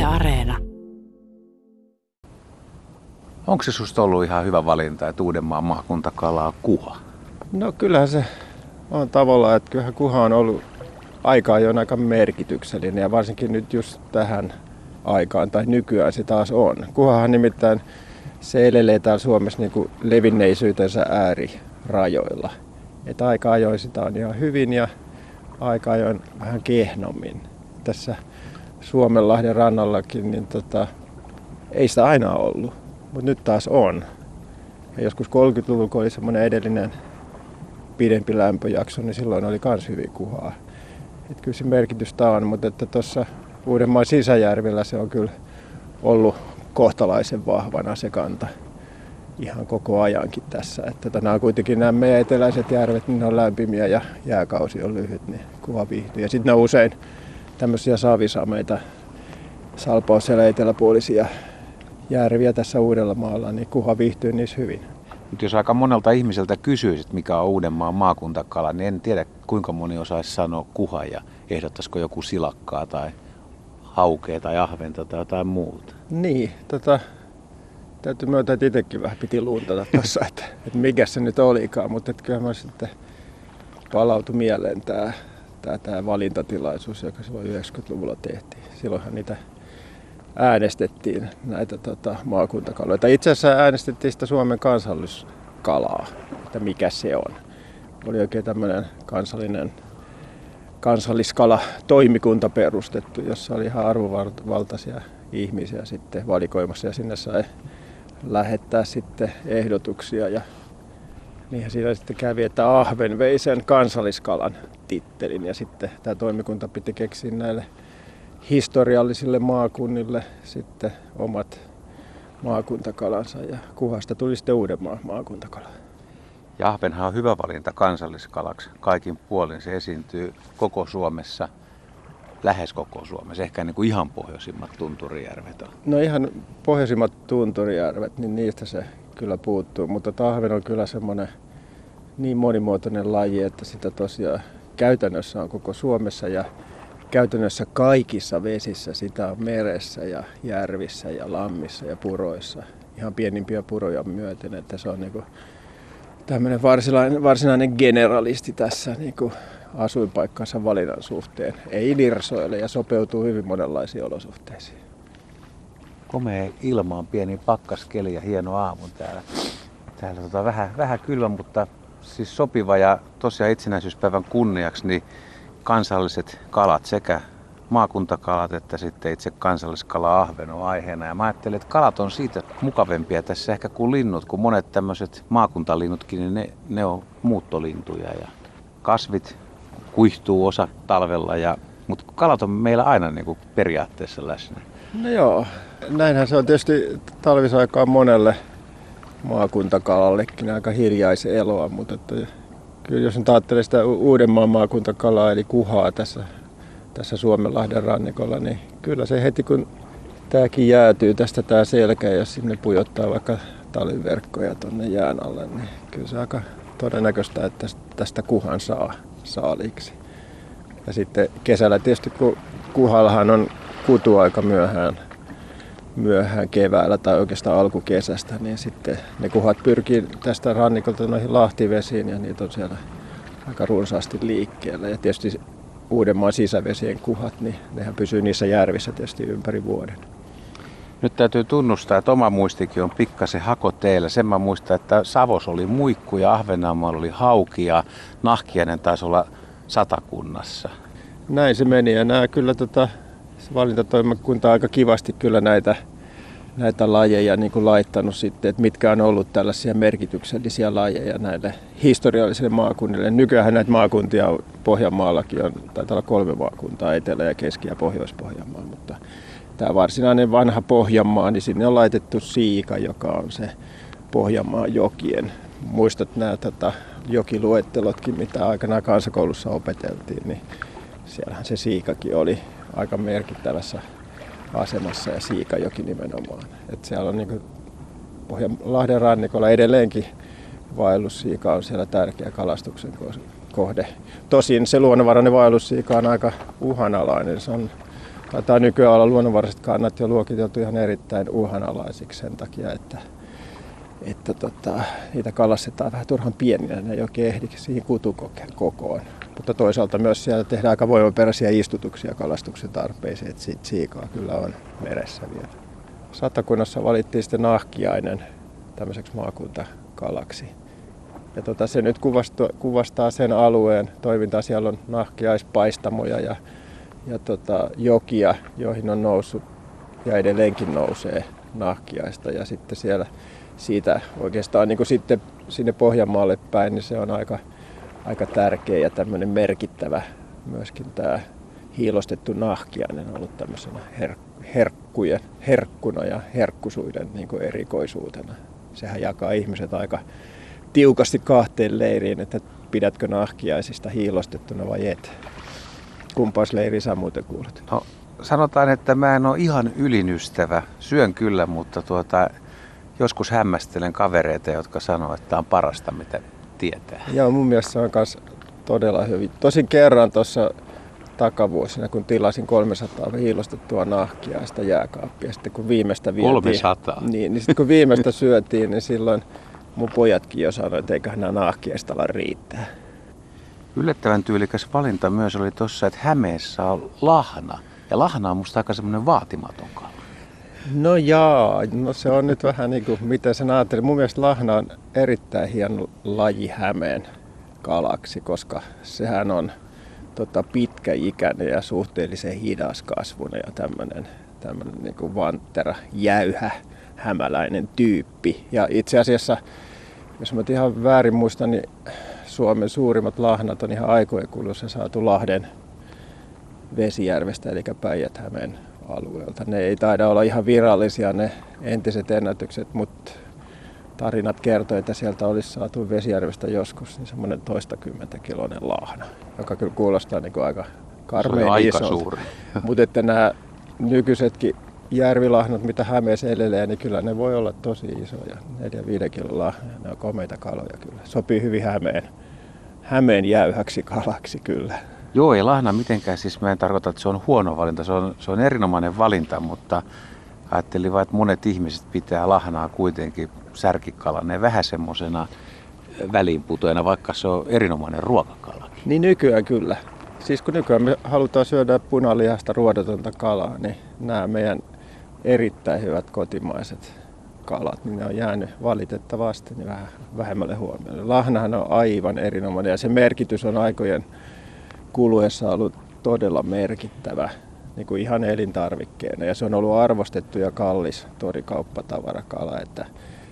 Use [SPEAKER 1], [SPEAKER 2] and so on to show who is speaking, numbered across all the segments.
[SPEAKER 1] Yle Areena.
[SPEAKER 2] Onko se susta ollut ihan hyvä valinta, että Uudenmaan maakuntakala on kuha?
[SPEAKER 3] No kyllähän se on tavallaan, että kyllähän kuha on ollut aikaa jo aika merkityksellinen ja varsinkin nyt just tähän aikaan tai nykyään se taas on. Kuhahan nimittäin se elelee täällä Suomessa niin kuin levinneisyytensä äärirajoilla. Että aika ajoin sitä on ihan hyvin ja aika ajoin vähän kehnommin. Tässä Suomenlahden rannallakin niin ei sitä aina ollut, mutta nyt taas on. Ja joskus 30-luvulla, kun oli semmoinen edellinen pidempi lämpöjakso, niin silloin oli myös hyvin kuhaa. Et kyllä se merkitystä on, mutta tuossa Uudenmaan sisäjärvellä se on kyllä ollut kohtalaisen vahvana se kanta ihan koko ajankin tässä. Että nämä on kuitenkin nämä meidän eteläiset järvet, niin ne on lämpimiä ja jääkausi on lyhyt, niin kuha viihtyy. Ja sitten ne on usein tämmöisiä savisameita, Salpaus siellä eteläpuolisia järviä tässä Uudellamaalla, niin kuha viihtyy niissä hyvin.
[SPEAKER 2] Mutta jos aika monelta ihmiseltä kysyisit, mikä on Uudenmaan maakuntakala, niin en tiedä kuinka moni osaisi sanoa kuha ja ehdottaisiko joku silakkaa tai haukea tai ahventa tai jotain muuta.
[SPEAKER 3] Niin, täytyy myöntää, että itsekin vähän piti luuntata tuossa, että mikä se nyt olikaan, mutta kyllä mä sitten palautui mieleen tämä valintatilaisuus, joka silloin 90-luvulla tehtiin. Silloinhan niitä äänestettiin näitä maakuntakaloja. Itse asiassa äänestettiin sitä Suomen kansalliskalaa, että mikä se on. Oli oikein tämmöinen kansalliskala-toimikunta perustettu, jossa oli ihan arvovaltaisia ihmisiä sitten valikoimassa ja sinne sai lähettää sitten ehdotuksia. Ja niinhän siinä sitten kävi, että ahven vei sen kansalliskalan tittelin ja sitten tämä toimikunta piti keksiä näille historiallisille maakunnille sitten omat maakuntakalansa ja kuhasta tuli sitten Uudenmaan maakuntakala.
[SPEAKER 2] Ja ahvenhan on hyvä valinta kansalliskalaksi. Kaikin puolin se esiintyy koko Suomessa, lähes koko Suomessa, ehkä niin kuin ihan pohjoisimmat tunturijärvet on.
[SPEAKER 3] No ihan pohjoisimmat tunturijärvet, niin niistä se kyllä puuttuu, mutta ahven on kyllä semmoinen niin monimuotoinen laji, että sitä tosiaan käytännössä on koko Suomessa ja käytännössä kaikissa vesissä, sitä on meressä ja järvissä ja lammissa ja puroissa. Ihan pienimpiä puroja myöten, että se on niinku tämmöinen varsinainen generalisti tässä niinku asuinpaikkansa valinnan suhteen. Ei nirsoile ja sopeutuu hyvin monenlaisiin olosuhteisiin.
[SPEAKER 2] Komea ilma on, pieni pakkaskeli ja hieno aamu täällä. Täällä vähän kylmä, mutta siis sopiva ja tosiaan itsenäisyyspäivän kunniaksi niin kansalliset kalat, sekä maakuntakalat että sitten itse kansalliskala ahven on aiheena. Ja mä ajattelin, että kalat on siitä mukavempia tässä ehkä kuin linnut, kun monet tämmöiset maakuntalinnutkin, niin ne on muuttolintuja ja kasvit kuihtuu osa talvella, mutta kalat on meillä aina niin kuin periaatteessa läsnä.
[SPEAKER 3] No joo, näinhän se on tietysti talvisaikaan monelle maakuntakalallekin aika hiljaisen eloa, mutta kyllä jos nyt ajattelee sitä Uudenmaan maakuntakalaa eli kuhaa tässä Suomenlahden rannikolla, niin kyllä se heti kun tämäkin jäätyy tästä tämä selkä ja sinne pujottaa vaikka talviverkkoja tuonne jään alle, niin kyllä se aika todennäköistä, että tästä kuhan saa saaliiksi. Ja sitten kesällä tietysti kun kuhallahan on kutuaika myöhään keväällä tai oikeastaan alkukesästä, niin sitten ne kuhat pyrkii tästä rannikolta noihin lahtivesiin ja niitä on siellä aika runsaasti liikkeellä. Ja tietysti Uudenmaan sisävesien kuhat, niin nehän pysyy niissä järvissä tietysti ympäri vuoden.
[SPEAKER 2] Nyt täytyy tunnustaa, että oma muistikin on pikkasen hakoteillä. Sen mä muistan, että Savos oli muikku ja Ahvenanmaalla oli hauki ja Nahkiainen taisi olla Satakunnassa.
[SPEAKER 3] Näin se meni ja nämä kyllä valintatoimikunta on aika kivasti kyllä näitä lajeja niin kuin laittanut sitten, että mitkä on ollut tällaisia merkityksellisiä lajeja näille historiallisille maakunnille. Nykyään näitä maakuntia Pohjanmaallakin on, taitaa olla 3 maakuntaa, Etelä- ja Keski- ja Pohjois-Pohjanmaa, mutta tämä varsinainen vanha Pohjanmaa, niin sinne on laitettu Siika, joka on se Pohjanmaan jokien. Muistat nämä jokiluettelotkin, mitä aikanaan kansakoulussa opeteltiin, niin siellähän se Siikakin oli aika merkittävässä asemassa ja Siikajoki nimenomaan. Et siellä on niin Pohjanlahden rannikolla edelleenkin vaellussiika on siellä tärkeä kalastuksen kohde. Tosin se luonnonvarainen vaellussiika on aika uhanalainen. Se on taitaa nykyään olla luonnonvaraiset kannat jo luokiteltu ihan erittäin uhanalaisiksi sen takia, että niitä kalastetaan vähän turhan pieninä, ne ei oikein ehdi siihen kutukokoon. Mutta toisaalta myös siellä tehdään aika voimaperäisiä istutuksia kalastuksen tarpeisiin, että siitä siikaa kyllä on meressä vielä. Satakunnassa valittiin sitten nahkiainen tämmöiseksi maakuntakalaksi. Ja se nyt kuvastaa sen alueen toimintaa. Siellä on nahkiaispaistamoja ja jokia, joihin on noussut ja edelleenkin nousee nahkiaista. Ja sitten siellä siitä oikeastaan niin kuin sitten sinne Pohjanmaalle päin, niin se on aika tärkeä ja tämmöinen merkittävä myöskin tämä hiilostettu nahkiainen on ollut tämmöisenä herkkuna ja herkkusuuden niin kuin erikoisuutena. Sehän jakaa ihmiset aika tiukasti kahteen leiriin, että pidätkö nahkiaisista hiilostettuna vai et. Kumpaas leiriin sä muuten kuulet?
[SPEAKER 2] No, sanotaan, että mä en ole ihan ylinystävä. Syön kyllä, mutta joskus hämmästelen kavereita, jotka sanoo, että tämä on parasta, mitä tietää.
[SPEAKER 3] Joo, mun mielestä se on myös todella hyvin. Tosin kerran tuossa takavuosina, kun tilasin 300 hiilostettua nahkiaista jääkaappia, sitten kun viimeistä vietiin,
[SPEAKER 2] 300?
[SPEAKER 3] Niin sitten kun viimeistä syötiin, niin silloin mun pojatkin jo sanoi, että eiköhän nämä nahkiaista ala riittää.
[SPEAKER 2] Yllättävän tyylikäs valinta myös oli tuossa, että Hämeessä on lahna. Ja lahna on musta aika semmoinen vaatimaton kala.
[SPEAKER 3] No se on nyt vähän niin kuin, miten sen ajattelin. Mun mielestä lahna on erittäin hieno laji Hämeen kalaksi, koska sehän on pitkäikäinen ja suhteellisen hidaskasvuinen ja tämmöinen niin kuin vanttera, jäyhä, hämäläinen tyyppi. Ja itse asiassa, jos mä ihan väärin muistan, niin Suomen suurimmat lahnat on ihan aikojen kuluessa saatu Lahden Vesijärvestä, eli Päijät-Hämeen alueelta. Ne ei taida olla ihan virallisia ne entiset ennätykset, mutta tarinat kertoo, että sieltä olisi saatu Vesijärvestä joskus niin semmoinen 20 kiloinen lahna, joka kyllä kuulostaa niin kuin aika karmeen isolta. Mutta että nämä nykyisetkin järvilahnat, mitä Hämeessä elelee, niin kyllä ne voi olla tosi isoja. 4-5 kilon lahnoja, ne on komeita kaloja kyllä. Sopii hyvin Hämeen jäyhäksi kalaksi kyllä.
[SPEAKER 2] Joo, ei lahna mitenkään, siis mä en tarkoita, että se on huono valinta, se on erinomainen valinta, mutta ajattelin vain, että monet ihmiset pitää lahnaa kuitenkin särkikalana ja vähän semmoisena väliinputoajana, vaikka se on erinomainen ruokakala.
[SPEAKER 3] Niin nykyään kyllä. Siis kun nykyään me halutaan syödä punalihasta ruodatonta kalaa, niin nämä meidän erittäin hyvät kotimaiset kalat, niin ne on jäänyt valitettavasti niin vähän vähemmälle huomioon. Lahnahan on aivan erinomainen ja se merkitys on aikojen kuluessa ollut todella merkittävä niin kuin ihan elintarvikkeena. Ja se on ollut arvostettu ja kallis torikauppatavarakala, että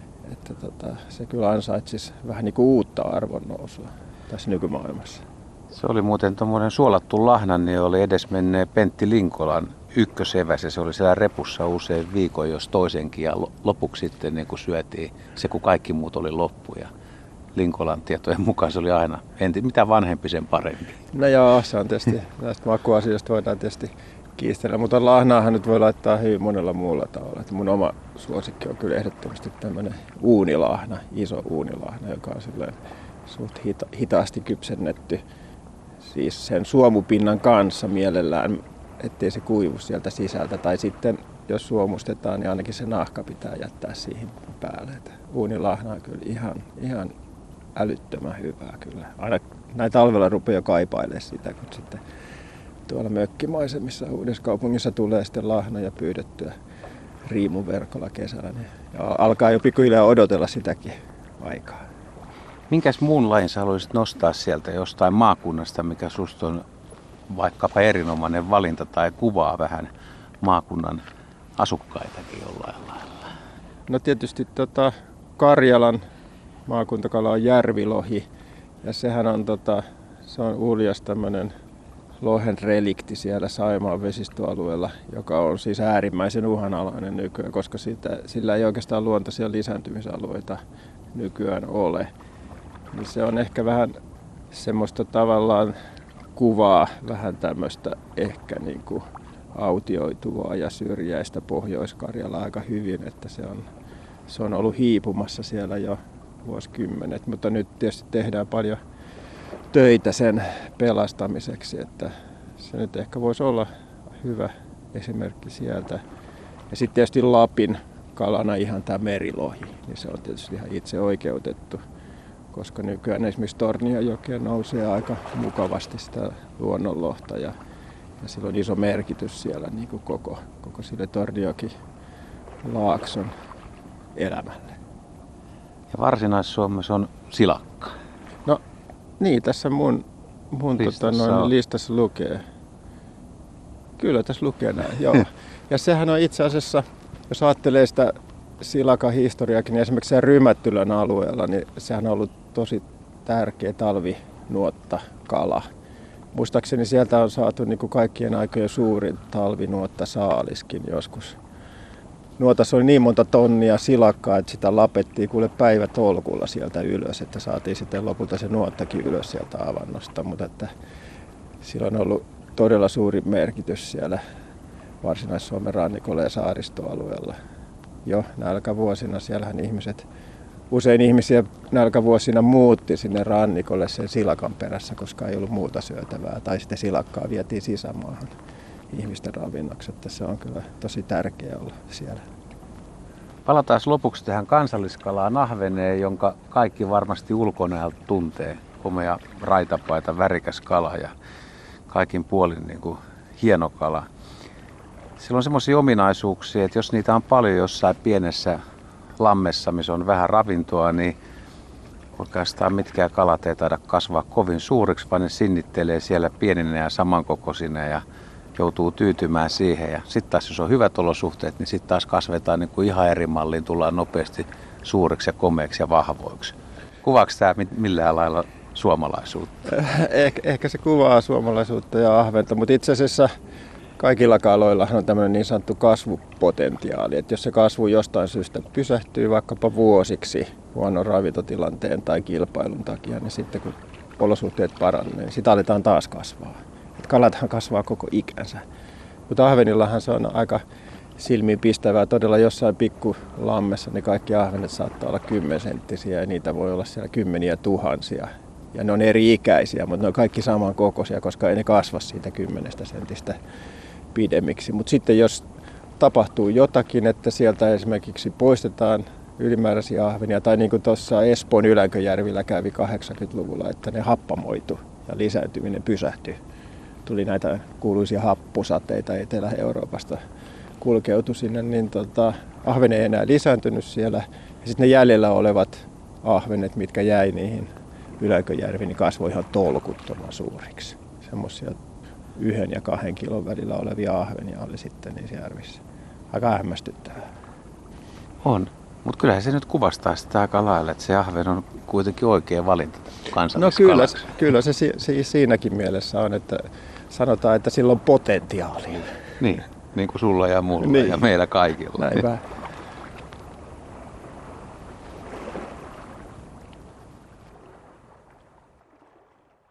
[SPEAKER 3] se kyllä ansaitsisi vähän niin kuin uutta arvonnousua tässä nykymaailmassa.
[SPEAKER 2] Se oli muuten tuommoinen suolattu lahna, niin oli edesmenneen Pentti Linkolan ykköseväs ja se oli siellä repussa usein viikon jos toisenkin ja lopuksi sitten niin kun syötiin se kun kaikki muut oli loppu ja Linkolan tietojen mukaan se oli aina mitä vanhempi sen parempi.
[SPEAKER 3] No joo, se on tietysti näistä makuasioista voidaan tietysti kiistellä, mutta lahnaahan nyt voi laittaa hyvin monella muulla tavalla. Että mun oma suosikki on kyllä ehdottomasti tämmöinen uunilahna, iso uunilahna, joka on silleen suht hitaasti kypsennetty. Siis sen suomupinnan kanssa mielellään, ettei se kuivu sieltä sisältä. Tai sitten jos suomustetaan, niin ainakin se nahka pitää jättää siihen päälle. Että uunilahna on kyllä ihan älyttömän hyvää kyllä. Aina näin talvella rupeaa kaipailemaan sitä, kun sitten tuolla mökkimaisemissa Uudeskaupungissa tulee sitten lahnoja pyydettyä riimuverkolla kesällä. Niin ja alkaa jo pikkuhiljaa odotella sitäkin aikaa.
[SPEAKER 2] Minkäs muun lajin sä haluaisit nostaa sieltä jostain maakunnasta, mikä susta on vaikkapa erinomainen valinta tai kuvaa vähän maakunnan asukkaitakin jollain lailla?
[SPEAKER 3] No tietysti Karjalan maakuntakala on järvilohi ja sehän on, se on uljas tämmöinen lohen relikti siellä Saimaan vesistöalueella, joka on siis äärimmäisen uhanalainen nykyään, koska sillä ei oikeastaan luontaisia lisääntymisalueita nykyään ole. Niin se on ehkä vähän semmoista tavallaan kuvaa vähän tämmöistä ehkä niin kuin autioituvaa ja syrjäistä Pohjois-Karjalaa aika hyvin, että se on ollut hiipumassa siellä jo vuosikymmenet, mutta nyt tietysti tehdään paljon töitä sen pelastamiseksi, että se nyt ehkä voisi olla esimerkki sieltä. Ja sitten tietysti Lapin kalana ihan tämä merilohi, niin se on tietysti ihan itse oikeutettu, koska nykyään esimerkiksi Tornionjokeen nousee aika mukavasti sitä luonnonlohta ja sillä on iso merkitys siellä niin kuin koko sille Tornionjoki laakson elämälle.
[SPEAKER 2] Ja Varsinais-Suomessa on silakka.
[SPEAKER 3] No niin, tässä mun listassa lukee. Kyllä tässä lukee näin, joo. Ja sehän on itse asiassa, jos ajattelee sitä silakan historiaakin, niin esimerkiksi siellä Rymättylän alueella, niin sehän on ollut tosi tärkeä talvinuotta kala. Muistaakseni sieltä on saatu niin kuin kaikkien aikojen suurin talvinuotta saaliskin joskus. Nuotassa oli niin monta tonnia silakkaa, että sitä lapettiin kuule päivätolkulla sieltä ylös, että saatiin sitten lopulta se nuottakin ylös sieltä avannosta. Mutta että sillä on ollut todella suuri merkitys siellä Varsinais-Suomen rannikolla ja saaristoalueella. Jo nälkävuosina siellähän usein ihmisiä nälkävuosina muutti sinne rannikolle sen silakan perässä, koska ei ollut muuta syötävää. Tai sitten silakkaa vietiin sisämaahan ihmisten ravinnoksi, että se on kyllä tosi tärkeää olla siellä.
[SPEAKER 2] Palataan lopuksi tähän kansalliskalaan ahveneen, jonka kaikki varmasti ulkonäöltä tuntee. Komea raitapaita, värikäs kala ja kaikin puolin niin kuin hieno kala. Sillä on semmoisia ominaisuuksia, että jos niitä on paljon jossain pienessä lammessa, missä on vähän ravintoa, niin oikeastaan mitkään kalat ei taida kasvaa kovin suuriksi, vaan ne sinnittelee siellä pieninä ja samankokoisina ja joutuu tyytymään siihen. Ja sitten taas jos on hyvät olosuhteet, niin sitten taas kasvetaan niin kuin ihan eri malliin, tullaan nopeasti suuriksi ja komeiksi ja vahvoiksi. Kuvaako tämä millään lailla suomalaisuutta?
[SPEAKER 3] Ehkä se kuvaa suomalaisuutta ja ahventa, mutta itse asiassa kaikilla kaloilla on tämmöinen niin sanottu kasvupotentiaali, että jos se kasvu jostain syystä pysähtyy vaikkapa vuosiksi huonon ravintotilanteen tai kilpailun takia, niin sitten kun olosuhteet paranee, niin sitä aletaan taas kasvaa. Et kalathan kasvaa koko ikänsä, mutta ahvenillahan se on aika silmiinpistävää. Todella jossain pikkulammessa niin kaikki ahvenet saattaa olla 10-senttisiä ja niitä voi olla siellä kymmeniä tuhansia. Ja ne on eri ikäisiä, mutta ne on kaikki samankokoisia, koska ei ne kasva siitä 10 sentistä pidemmiksi. Mutta sitten jos tapahtuu jotakin, että sieltä esimerkiksi poistetaan ylimääräisiä ahvenia, tai niin kuin tuossa Espoon Ylänköjärvillä kävi 80-luvulla, että ne happamoitu ja lisääntyminen pysähtyi. Tuli näitä kuuluisia happosateita Etelä-Euroopasta kulkeutui sinne, niin ahven ei enää lisääntynyt siellä. Ja sitten ne jäljellä olevat ahvenet, mitkä jäi niihin Ylänköjärviin, niin kasvoi ihan tolkuttoman suuriksi. Semmoisia 1 ja 2 kilon välillä olevia ahvenia oli sitten niissä järvissä. Aika hämmästyttävää.
[SPEAKER 2] On, mutta kyllähän se nyt kuvastaa sitä aika lailla, että se ahven on kuitenkin oikea valinta kansalliskalaksi.
[SPEAKER 3] No kyllä se siinäkin mielessä on, että sanotaan, että sillä on potentiaalia.
[SPEAKER 2] Niin kuin sulla ja mulla
[SPEAKER 3] niin.
[SPEAKER 2] Ja meillä kaikilla.
[SPEAKER 3] Näinpä.